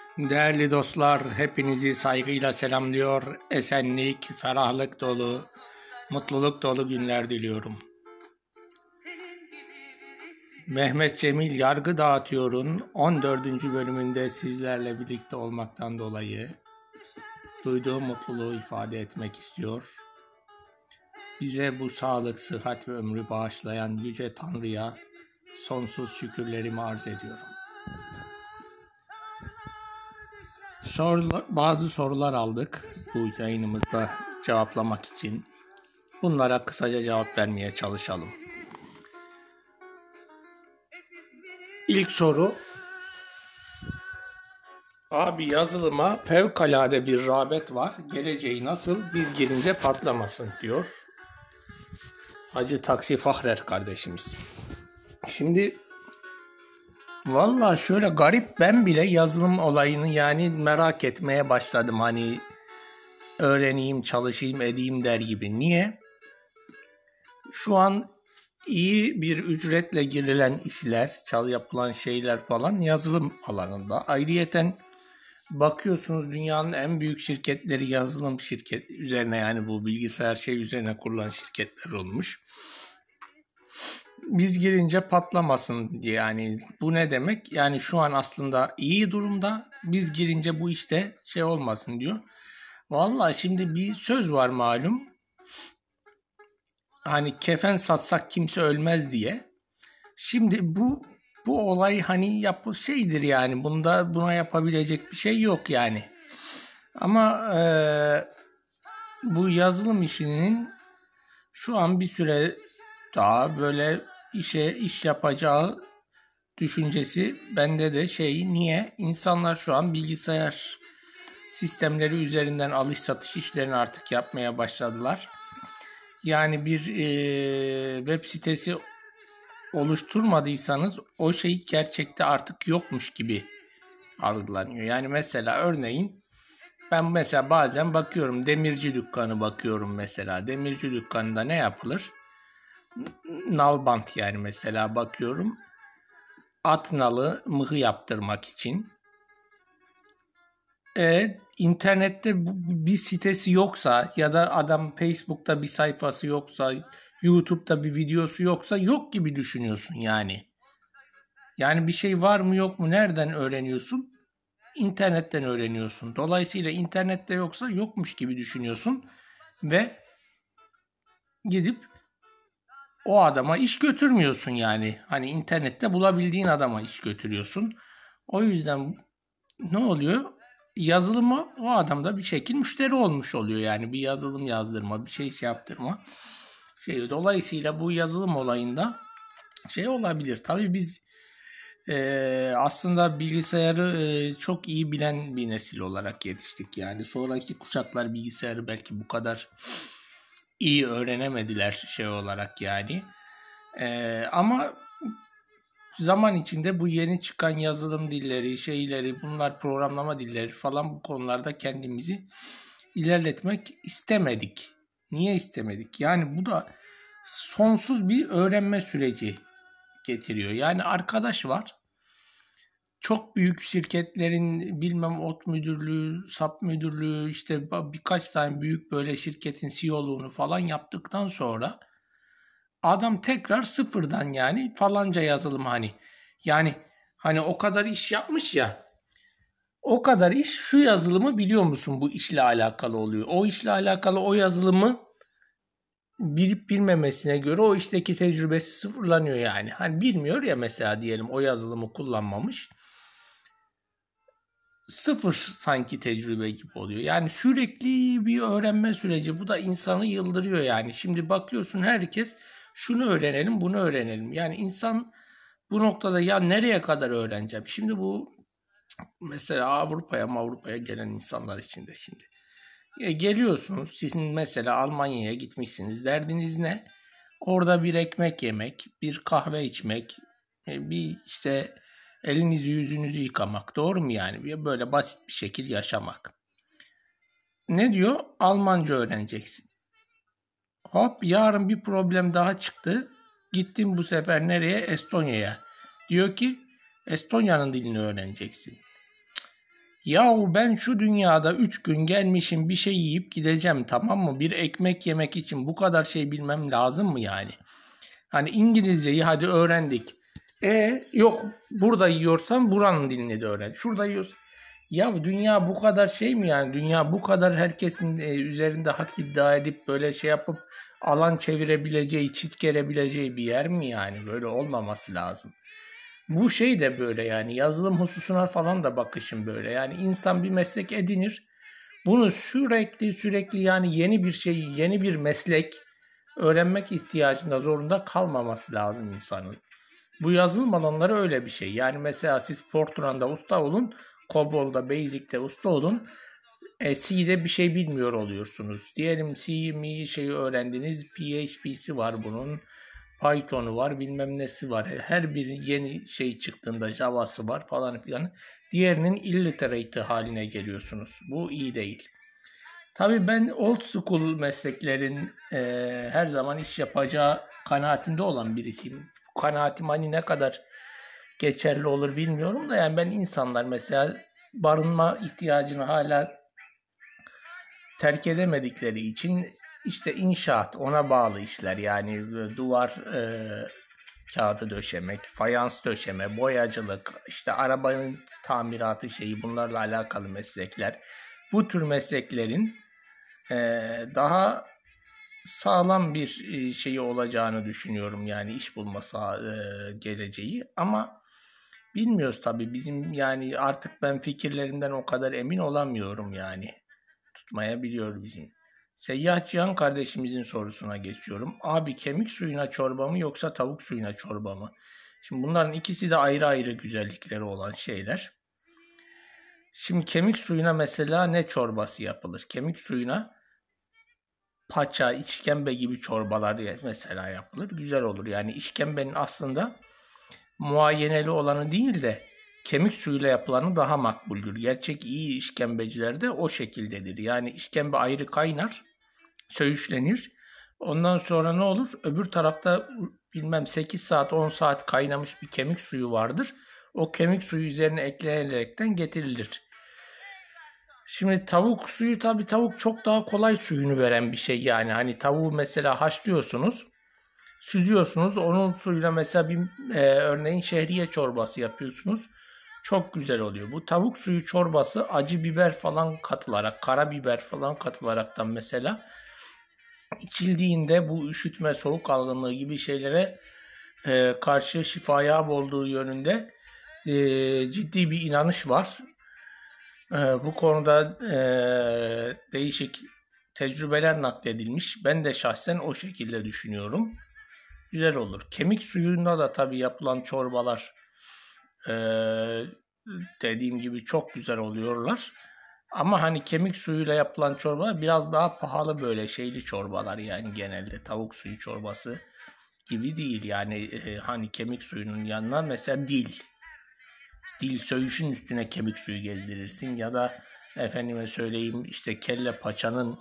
Değerli dostlar, hepinizi saygıyla selamlıyor. Esenlik, ferahlık dolu, mutluluk dolu günler diliyorum. Mehmet Cemil Yargı Dağıtıyor'un 14. bölümünde sizlerle birlikte olmaktan dolayı duyduğum mutluluğu ifade etmek istiyor. Bize bu sağlık, sıhhat ve ömrü bağışlayan Yüce Tanrı'ya sonsuz şükürlerimi arz ediyorum. Bazı sorular aldık bu yayınımızda cevaplamak için. Bunlara kısaca cevap vermeye çalışalım. İlk soru, abi yazılıma fevkalade bir rağbet var. Geleceği nasıl biz girince patlamasın diyor. Hacı Taksi Fahrer kardeşimiz. Şimdi vallahi şöyle garip, ben bile yazılım olayını yani merak etmeye başladım. Hani öğreneyim, çalışayım, edeyim der gibi. Niye? Şu an iyi bir ücretle girilen işler, yapılan şeyler falan yazılım alanında. Ayrıyeten bakıyorsunuz dünyanın en büyük şirketleri yazılım şirket üzerine, yani bu bilgisayar üzerine kurulan şirketler olmuş. Biz girince patlamasın diye, yani bu ne demek? Yani şu an aslında iyi durumda, biz girince bu işte olmasın diyor. Vallahi şimdi bir söz var malum. Hani kefen satsak kimse ölmez diye. Şimdi bu olay hani şeydir yani, buna yapabilecek bir şey yok yani. Ama bu yazılım işinin şu an bir süre daha böyle iş yapacağı düşüncesi bende de niye? İnsanlar şu an bilgisayar sistemleri üzerinden alış satış işlerini artık yapmaya başladılar. Yani bir web sitesi oluşturmadıysanız o şey gerçekte artık yokmuş gibi algılanıyor. Yani mesela örneğin ben mesela bazen bakıyorum, demirci dükkanı bakıyorum mesela. Demirci dükkanında ne yapılır? Nalbant, yani mesela bakıyorum. At nalı mıhı yaptırmak için. İnternette bir sitesi yoksa ya da adam Facebook'ta bir sayfası yoksa, YouTube'da bir videosu yoksa yok gibi düşünüyorsun yani. Yani bir şey var mı yok mu nereden öğreniyorsun? İnternetten öğreniyorsun. Dolayısıyla internette yoksa yokmuş gibi düşünüyorsun ve gidip o adama iş götürmüyorsun yani. Hani internette bulabildiğin adama iş götürüyorsun. O yüzden ne oluyor? Yazılıma o adam da bir şekil müşteri olmuş oluyor yani, bir yazılım yazdırma, bir şey yaptırma. Dolayısıyla bu yazılım olayında olabilir. Tabii biz aslında bilgisayarı çok iyi bilen bir nesil olarak yetiştik. Yani sonraki kuşaklar bilgisayarı belki bu kadar iyi öğrenemediler olarak yani. Ama zaman içinde bu yeni çıkan yazılım dilleri, bunlar programlama dilleri falan, bu konularda kendimizi ilerletmek istemedik. Niye istemedik? Yani bu da sonsuz bir öğrenme süreci getiriyor. Yani arkadaş var. Çok büyük şirketlerin bilmem ot müdürlüğü, sap müdürlüğü, işte birkaç tane büyük böyle şirketin CEO'luğunu falan yaptıktan sonra adam tekrar sıfırdan, yani falanca yazılım hani o kadar iş yapmış ya, o kadar iş, şu yazılımı biliyor musun, bu işle alakalı oluyor. O işle alakalı o yazılımı bilip bilmemesine göre o işteki tecrübesi sıfırlanıyor yani. Hani bilmiyor ya mesela, diyelim o yazılımı kullanmamış. Sıfır sanki tecrübe gibi oluyor. Yani sürekli bir öğrenme süreci. Bu da insanı yıldırıyor yani. Şimdi bakıyorsun herkes şunu öğrenelim, bunu öğrenelim. Yani insan bu noktada ya nereye kadar öğreneceğim? Şimdi bu mesela Avrupa'ya gelen insanlar için de şimdi. Geliyorsunuz, sizin mesela Almanya'ya gitmişsiniz. Derdiniz ne? Orada bir ekmek yemek, bir kahve içmek, bir elinizi yüzünüzü yıkamak, doğru mu yani? Böyle basit bir şekil yaşamak. Ne diyor? Almanca öğreneceksin. Hop, yarın bir problem daha çıktı. Gittim bu sefer nereye? Estonya'ya. Diyor ki Estonya'nın dilini öğreneceksin. Yahu ben şu dünyada 3 gün gelmişim, bir şey yiyip gideceğim, tamam mı? Bir ekmek yemek için bu kadar şey bilmem lazım mı yani? Hani İngilizceyi hadi öğrendik. Yok, burada yiyorsan buranın dilini de öğren. Şurada yiyorsan. Ya dünya bu kadar şey mi yani? Dünya bu kadar herkesin üzerinde hak iddia edip böyle şey yapıp alan çevirebileceği, çit gerebileceği bir yer mi yani? Böyle olmaması lazım. Bu şey de böyle yani, yazılım hususuna falan da bakışım böyle. Yani insan bir meslek edinir. Bunu sürekli yani yeni bir şeyi, yeni bir meslek öğrenmek ihtiyacında, zorunda kalmaması lazım insanın. Bu yazılım alanları öyle bir şey. Yani mesela siz Fortran'da usta olun, COBOL'da, Basic'te usta olun. C'de bir şey bilmiyor oluyorsunuz. Diyelim C şeyi öğrendiniz, PHP'si var bunun. Python'u var, bilmem nesi var. Her bir yeni şey çıktığında Java'sı var falan filan. Diğerinin illiterate haline geliyorsunuz. Bu iyi değil. Tabii ben old school mesleklerin her zaman iş yapacağı kanaatinde olan birisiyim. Bu kanaatim hani ne kadar geçerli olur bilmiyorum da, yani ben insanlar mesela barınma ihtiyacını hala terk edemedikleri için işte inşaat, ona bağlı işler yani duvar kağıdı döşemek, fayans döşeme, boyacılık, işte arabanın tamiratı şeyi, bunlarla alakalı meslekler. Bu tür mesleklerin daha sağlam bir şeyi olacağını düşünüyorum yani, iş bulma geleceği, ama bilmiyoruz tabii bizim, yani artık ben fikirlerinden o kadar emin olamıyorum yani, tutmayabiliyor bizim. Seyyah Cihan kardeşimizin sorusuna geçiyorum. Abi, kemik suyuna çorba mı yoksa tavuk suyuna çorba mı? Şimdi bunların ikisi de ayrı ayrı güzellikleri olan şeyler. Şimdi kemik suyuna mesela ne çorbası yapılır? Kemik suyuna paça, işkembe gibi çorbalar mesela yapılır. Güzel olur. Yani işkembenin aslında muayeneli olanı değil de kemik suyuyla yapılanı daha makbuldür. Gerçek iyi işkembeciler de o şekildedir. Yani işkembe ayrı kaynar, söğüşlenir. Ondan sonra ne olur? Öbür tarafta bilmem 8 saat 10 saat kaynamış bir kemik suyu vardır. O kemik suyu üzerine eklenerekten getirilir. Şimdi tavuk suyu, tabii tavuk çok daha kolay suyunu veren bir şey yani. Hani tavuğu mesela haşlıyorsunuz, süzüyorsunuz. Onun suyuyla mesela bir örneğin şehriye çorbası yapıyorsunuz. Çok güzel oluyor. Bu tavuk suyu çorbası acı biber falan katılarak, karabiber falan katılaraktan mesela içildiğinde bu üşütme, soğuk algınlığı gibi şeylere karşı şifaya olduğu yönünde ciddi bir inanış var. Bu konuda değişik tecrübeler nakledilmiş. Ben de şahsen o şekilde düşünüyorum. Güzel olur. Kemik suyunda da tabii yapılan çorbalar dediğim gibi çok güzel oluyorlar. Ama hani kemik suyuyla yapılan çorba biraz daha pahalı, böyle şeyli çorbalar yani, genelde tavuk suyu çorbası gibi değil. Yani hani kemik suyunun yanına mesela dil söğüşün üstüne kemik suyu gezdirirsin, ya da efendime söyleyeyim işte kelle paçanın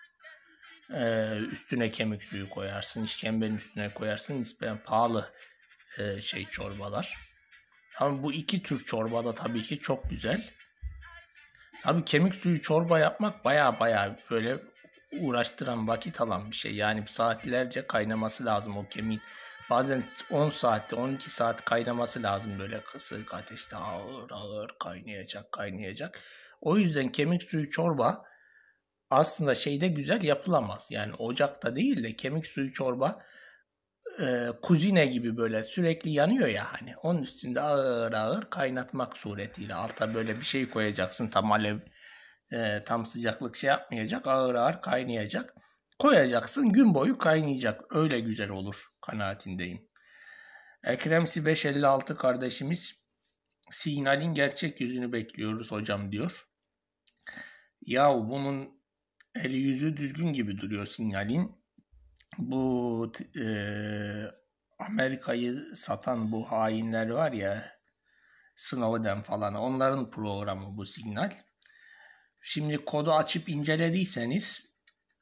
üstüne kemik suyu koyarsın, işkembenin üstüne koyarsın. Nispeten pahalı şey çorbalar. Ama bu iki tür çorba da tabii ki çok güzel. Tabii kemik suyu çorba yapmak baya böyle uğraştıran, vakit alan bir şey. Yani saatlerce kaynaması lazım o kemiğin. Bazen 10 saatte, 12 saat kaynaması lazım, böyle kısık ateşte ağır ağır kaynayacak. O yüzden kemik suyu çorba aslında şeyde güzel yapılamaz. Yani ocakta değil de kemik suyu çorba kuzine gibi böyle sürekli yanıyor ya hani, onun üstünde ağır ağır kaynatmak suretiyle, alta böyle bir şey koyacaksın, tam alev tam sıcaklık şey yapmayacak, ağır ağır kaynayacak, koyacaksın, gün boyu kaynayacak, öyle güzel olur kanaatindeyim. Ekremsi 556 kardeşimiz, signalin gerçek yüzünü bekliyoruz hocam diyor. Ya bunun eli yüzü düzgün gibi duruyor sinyalin. Bu Amerika'yı satan bu hainler var ya, Snowden falan, onların programı bu Signal. Şimdi kodu açıp incelediyseniz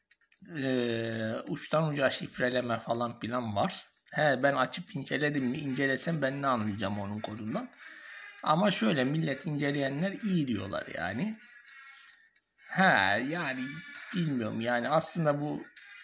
uçtan uca şifreleme falan filan var. Ben açıp inceledim mi, incelesem ben ne anlayacağım onun kodundan. Ama şöyle millet inceleyenler iyi diyorlar yani. Yani bilmiyorum yani aslında bu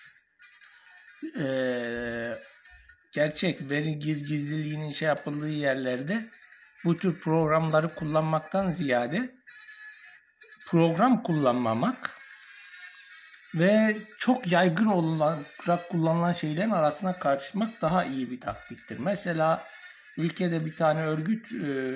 gerçek veri gizliliğinin şey yapıldığı yerlerde bu tür programları kullanmaktan ziyade program kullanmamak ve çok yaygın olarak kullanılan şeylerin arasına karışmak daha iyi bir taktiktir. Mesela ülkede bir tane örgüt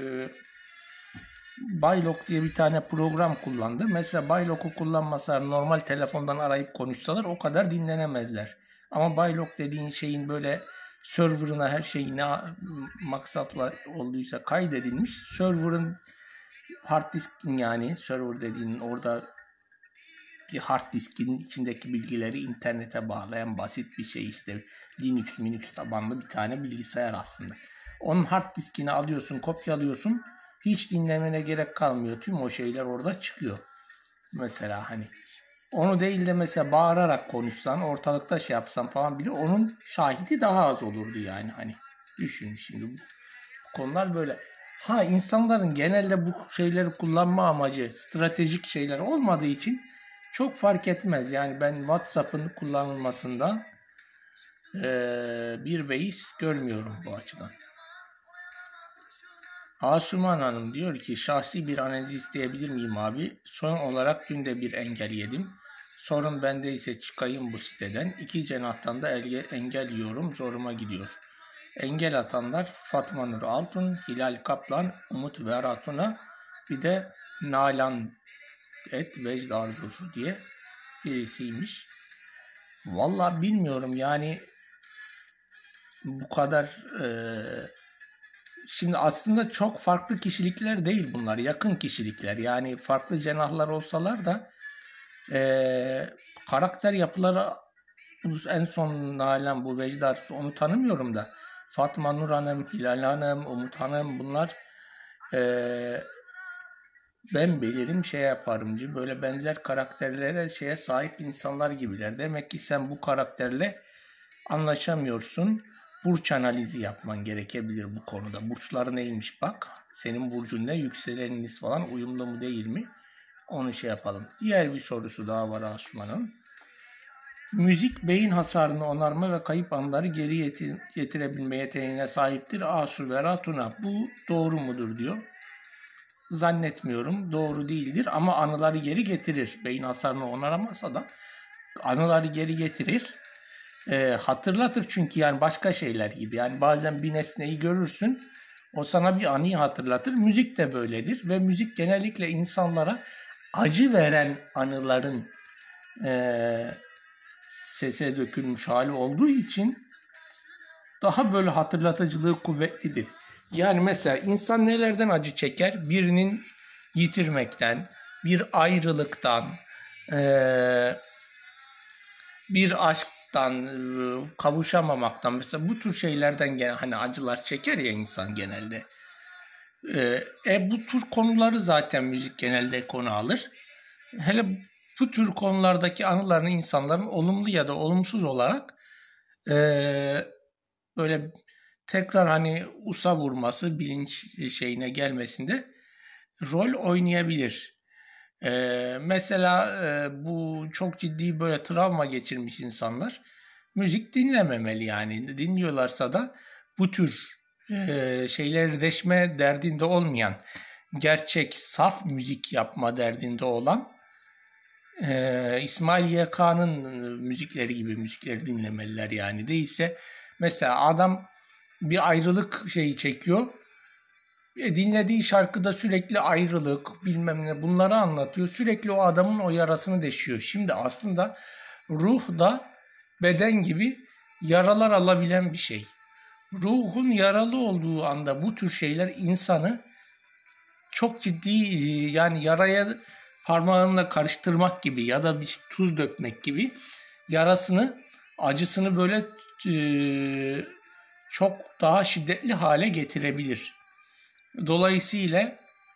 Baylok diye bir tane program kullandı. Mesela Baylok'u kullanmasalar normal telefondan arayıp konuşsalar o kadar dinlenemezler. Ama Baylok dediğin şeyin böyle serverına her şey ne maksatla olduysa kaydedilmiş. Server'ın hard diskin yani server dediğin orada bir hard diskin içindeki bilgileri internete bağlayan basit bir şey işte Linux tabanlı bir tane bilgisayar aslında. Onun hard diskini alıyorsun, kopyalıyorsun. Hiç dinlemene gerek kalmıyor. Tüm o şeyler orada çıkıyor. Mesela hani onu değil de mesela bağırarak konuşsan, ortalıkta şey yapsan falan bile onun şahidi daha az olurdu yani hani. Düşün şimdi bu konular böyle. İnsanların genelde bu şeyleri kullanma amacı stratejik şeyler olmadığı için çok fark etmez. Yani ben WhatsApp'ın kullanılmasında bir beis görmüyorum bu açıdan. Asuman Hanım diyor ki şahsi bir analiz isteyebilir miyim abi? Son olarak dün de bir engel yedim. Sorun bende ise çıkayım bu siteden. 2 cenahtan da engel yiyorum zoruma gidiyor. Engel atanlar Fatma Nur Altun, Hilal Kaplan, Umut Veratuna bir de Nalan Vecd Arzusu diye birisiymiş. Vallahi bilmiyorum yani bu kadar şimdi aslında çok farklı kişilikler değil bunlar. Yakın kişilikler. Yani farklı cenahlar olsalar da karakter yapıları en son Nalan bu Vecd Arzusu onu tanımıyorum da Fatma Nur Hanım, Hilal Hanım, Umut Hanım bunlar ben bilirim şey yaparımcı böyle benzer karakterlere şeye sahip insanlar gibiler. Demek ki sen bu karakterle anlaşamıyorsun. Burç analizi yapman gerekebilir bu konuda. Burçları neymiş bak. Senin burcun ne? Yükseleniniz falan uyumlu mu değil mi? Onu şey yapalım. Diğer bir sorusu daha var Asuman'ın. Müzik beyin hasarını onarma ve kayıp anları geri getirebilme yeteneğine sahiptir. Asu ve Ratuna. Bu doğru mudur diyor. Zannetmiyorum. Doğru değildir ama anıları geri getirir. Beyin hasarını onaramasa da anıları geri getirir. Hatırlatır çünkü yani başka şeyler gibi. Yani bazen bir nesneyi görürsün. O sana bir anıyı hatırlatır. Müzik de böyledir. Ve müzik genellikle insanlara acı veren anıların sese dökülmüş hali olduğu için daha böyle hatırlatıcılığı kuvvetlidir. Yani mesela insan nelerden acı çeker? Birinin yitirmekten, bir ayrılıktan, bir aşktan, kavuşamamaktan mesela bu tür şeylerden gene hani acılar çeker ya insan genelde. Bu tür konuları zaten müzik genelde konu alır. Hele bu tür konulardaki anılarını insanların olumlu ya da olumsuz olarak böyle tekrar hani usa vurması, bilinç şeyine gelmesinde rol oynayabilir. Mesela bu çok ciddi böyle travma geçirmiş insanlar müzik dinlememeli yani. Dinliyorlarsa da bu tür şeyleri deşme derdinde olmayan, gerçek, saf müzik yapma derdinde olan İsmail YK'nın müzikleri gibi müzikleri dinlemeliler yani. Değilse mesela adam bir ayrılık şeyi çekiyor. Dinlediği şarkıda sürekli ayrılık bilmem ne bunları anlatıyor. Sürekli o adamın o yarasını deşiyor. Şimdi aslında ruh da beden gibi yaralar alabilen bir şey. Ruhun yaralı olduğu anda bu tür şeyler insanı çok ciddi yani yaraya parmağınla karıştırmak gibi ya da bir tuz dökmek gibi yarasını, acısını böyle çok daha şiddetli hale getirebilir. Dolayısıyla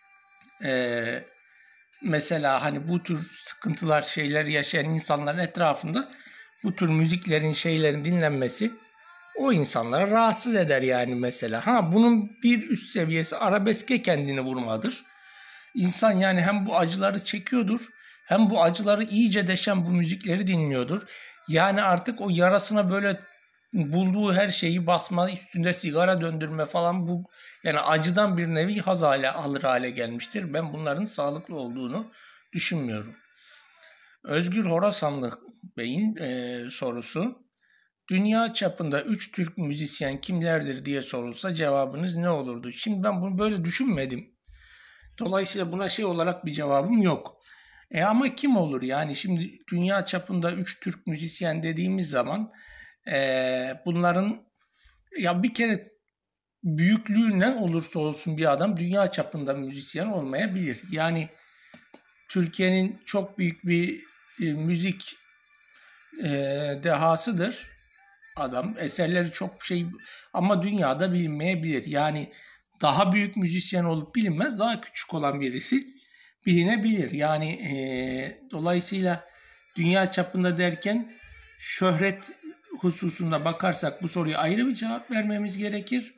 mesela hani bu tür sıkıntılar şeyler yaşayan insanların etrafında bu tür müziklerin şeylerin dinlenmesi o insanları rahatsız eder yani mesela. Bunun bir üst seviyesi arabeske kendini vurmadır. İnsan yani hem bu acıları çekiyordur, hem bu acıları iyice deşen bu müzikleri dinliyordur. Yani artık o yarasına böyle bulduğu her şeyi basma, üstünde sigara döndürme falan, bu yani acıdan bir nevi haz alır hale gelmiştir. Ben bunların sağlıklı olduğunu düşünmüyorum. Özgür Horasanlı Bey'in sorusu. Dünya çapında 3 Türk müzisyen kimlerdir diye sorulsa cevabınız ne olurdu? Şimdi ben bunu böyle düşünmedim. Dolayısıyla buna şey olarak bir cevabım yok. Ama kim olur? Yani şimdi dünya çapında 3 Türk müzisyen dediğimiz zaman bunların ya bir kere büyüklüğü ne olursa olsun bir adam dünya çapında müzisyen olmayabilir. Yani Türkiye'nin çok büyük bir müzik dehasıdır adam. Eserleri çok şey ama dünyada bilinmeyebilir. Yani daha büyük müzisyen olup bilinmez, daha küçük olan birisi bilinebilir. Yani dolayısıyla dünya çapında derken şöhret hususunda bakarsak bu soruya ayrı bir cevap vermemiz gerekir.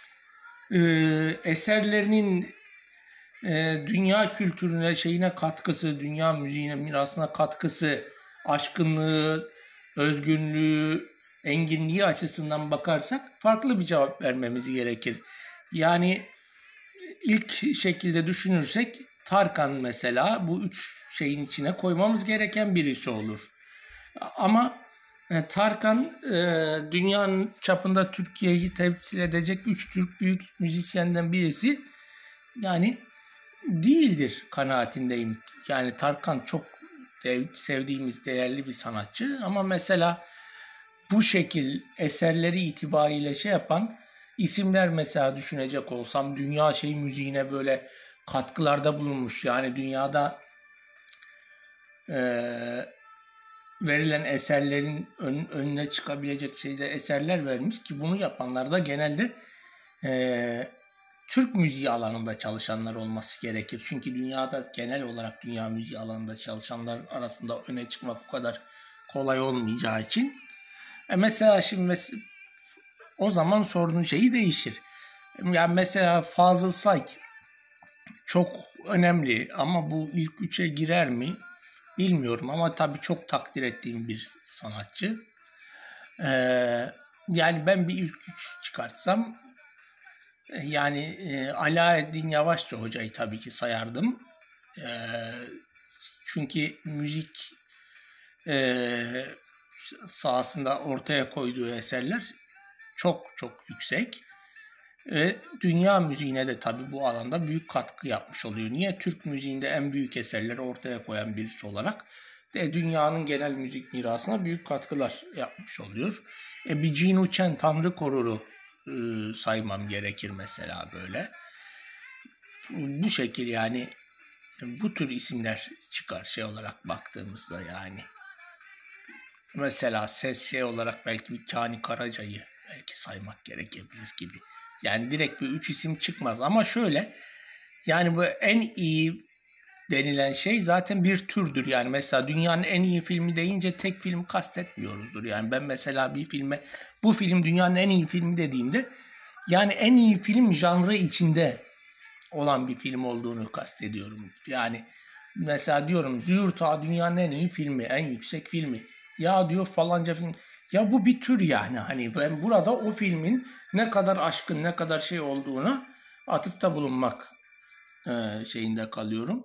Eserlerinin dünya kültürüne şeyine katkısı, dünya müziğine, mirasına katkısı, aşkınlığı, özgünlüğü, enginliği açısından bakarsak farklı bir cevap vermemiz gerekir. Yani ilk şekilde düşünürsek Tarkan mesela bu üç şeyin içine koymamız gereken birisi olur. Ama Tarkan dünyanın çapında Türkiye'yi temsil edecek 3 Türk büyük müzisyenden birisi yani değildir kanaatindeyim. Yani Tarkan çok sevdiğimiz değerli bir sanatçı ama mesela bu şekil eserleri itibariyle şey yapan isimler mesela düşünecek olsam dünya müziğine böyle katkılarda bulunmuş. Yani dünyada verilen eserlerin önüne çıkabilecek şeyde eserler vermiş ki bunu yapanlar da genelde Türk müziği alanında çalışanlar olması gerekir. Çünkü dünyada genel olarak dünya müziği alanında çalışanlar arasında öne çıkmak o kadar kolay olmayacağı için. Mesela şimdi o zaman sorunun şeyi değişir. Yani mesela Fazıl Say çok önemli ama bu ilk üçe girer mi bilmiyorum ama tabii çok takdir ettiğim bir sanatçı. Yani ben bir ilk üç çıkartsam yani Alaaddin Yavaşça hocayı tabii ki sayardım. Çünkü müzik sahasında ortaya koyduğu eserler çok çok yüksek. Dünya müziğine de tabii bu alanda büyük katkı yapmış oluyor. Niye? Türk müziğinde en büyük eserleri ortaya koyan birisi olarak dünyanın genel müzik mirasına büyük katkılar yapmış oluyor. Bir Cinu Chen, Tanrı Koruru saymam gerekir mesela böyle. Bu şekil yani bu tür isimler çıkar şey olarak baktığımızda yani. Mesela ses olarak belki bir Kani Karaca'yı belki saymak gerekebilir gibi. Yani direkt bir 3 isim çıkmaz ama şöyle yani bu en iyi denilen şey zaten bir türdür. Yani mesela dünyanın en iyi filmi deyince tek filmi kastetmiyoruzdur. Yani ben mesela bir filme bu film dünyanın en iyi filmi dediğimde yani en iyi film janrı içinde olan bir film olduğunu kastediyorum. Yani mesela diyorum Züğürt Ağa dünyanın en iyi filmi, en yüksek filmi. Ya diyor falanca film. Ya bu bir tür yani. Hani ben burada o filmin ne kadar aşkın, ne kadar şey olduğuna atıfta bulunmak şeyinde kalıyorum.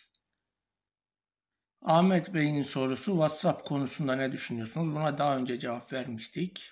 Ahmet Bey'in sorusu WhatsApp konusunda ne düşünüyorsunuz? Buna daha önce cevap vermiştik.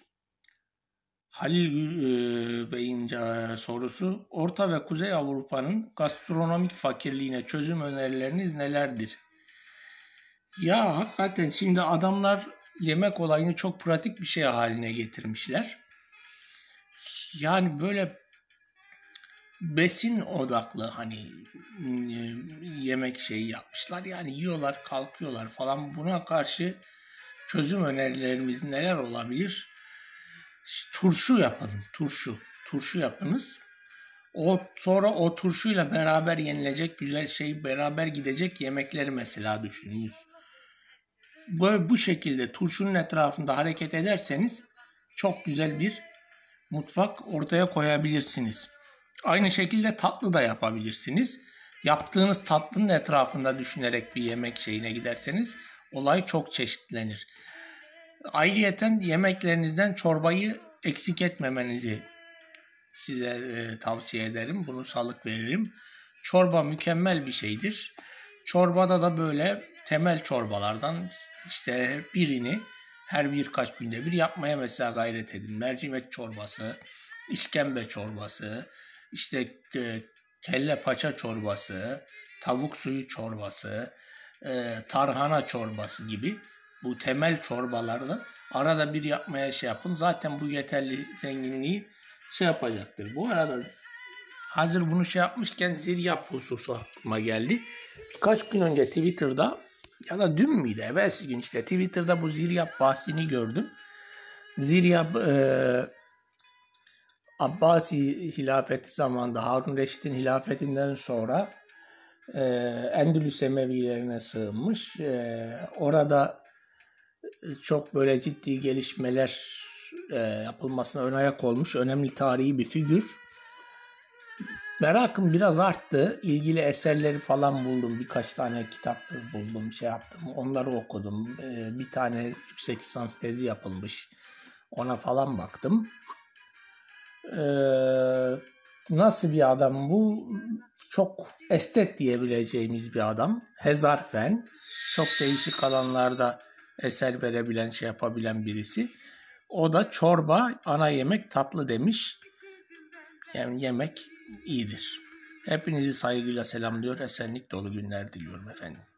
Halil Bey'in sorusu Orta ve Kuzey Avrupa'nın gastronomik fakirliğine çözüm önerileriniz nelerdir? Ya hakikaten şimdi adamlar yemek olayını çok pratik bir şey haline getirmişler. Yani böyle besin odaklı hani yemek şeyi yapmışlar. Yani yiyorlar, kalkıyorlar falan. Buna karşı çözüm önerilerimiz neler olabilir? Turşu yapın, turşu. Turşu yapınız. Sonra o turşuyla beraber yenilecek güzel şey, beraber gidecek yemekleri mesela düşününüz. Bu şekilde turşunun etrafında hareket ederseniz çok güzel bir mutfak ortaya koyabilirsiniz. Aynı şekilde tatlı da yapabilirsiniz. Yaptığınız tatlının etrafında düşünerek bir yemek şeyine giderseniz olay çok çeşitlenir. Ayrıyeten yemeklerinizden çorbayı eksik etmemenizi size tavsiye ederim. Bunu sağlık veririm. Çorba mükemmel bir şeydir. Çorbada da böyle temel çorbalardan işte birini her birkaç günde bir yapmaya mesela gayret edin. Mercimek çorbası, işkembe çorbası, işte kelle paça çorbası, tavuk suyu çorbası, tarhana çorbası gibi bu temel çorbalarda arada bir yapmaya şey yapın. Zaten bu yeterli zenginliği şey yapacaktır. Bu arada hazır bunu şey yapmışken ziryap hususu aklıma geldi. Birkaç gün önce Twitter'da ya da dün müydü? Evvelsi gün işte Twitter'da bu ziryap bahsini gördüm. Ziryap Abbasi hilafeti zamanında Harun Reşit'in hilafetinden sonra Endülüs Emevilerine sığınmış. Orada çok böyle ciddi gelişmeler yapılmasına ön ayak olmuş önemli tarihi bir figür. Merakım biraz arttı. İlgili eserleri falan buldum. Birkaç tane kitap buldum, şey yaptım. Onları okudum. Bir tane yüksek lisans tezi yapılmış. Ona falan baktım. Nasıl bir adam bu? Çok estet diyebileceğimiz bir adam. Hezarfen. Çok değişik alanlarda eser verebilen, şey yapabilen birisi. O da çorba, ana yemek, tatlı demiş. Yani yemek iyidir. Hepinizi saygıyla selamlıyor. Esenlik dolu günler diliyorum efendim.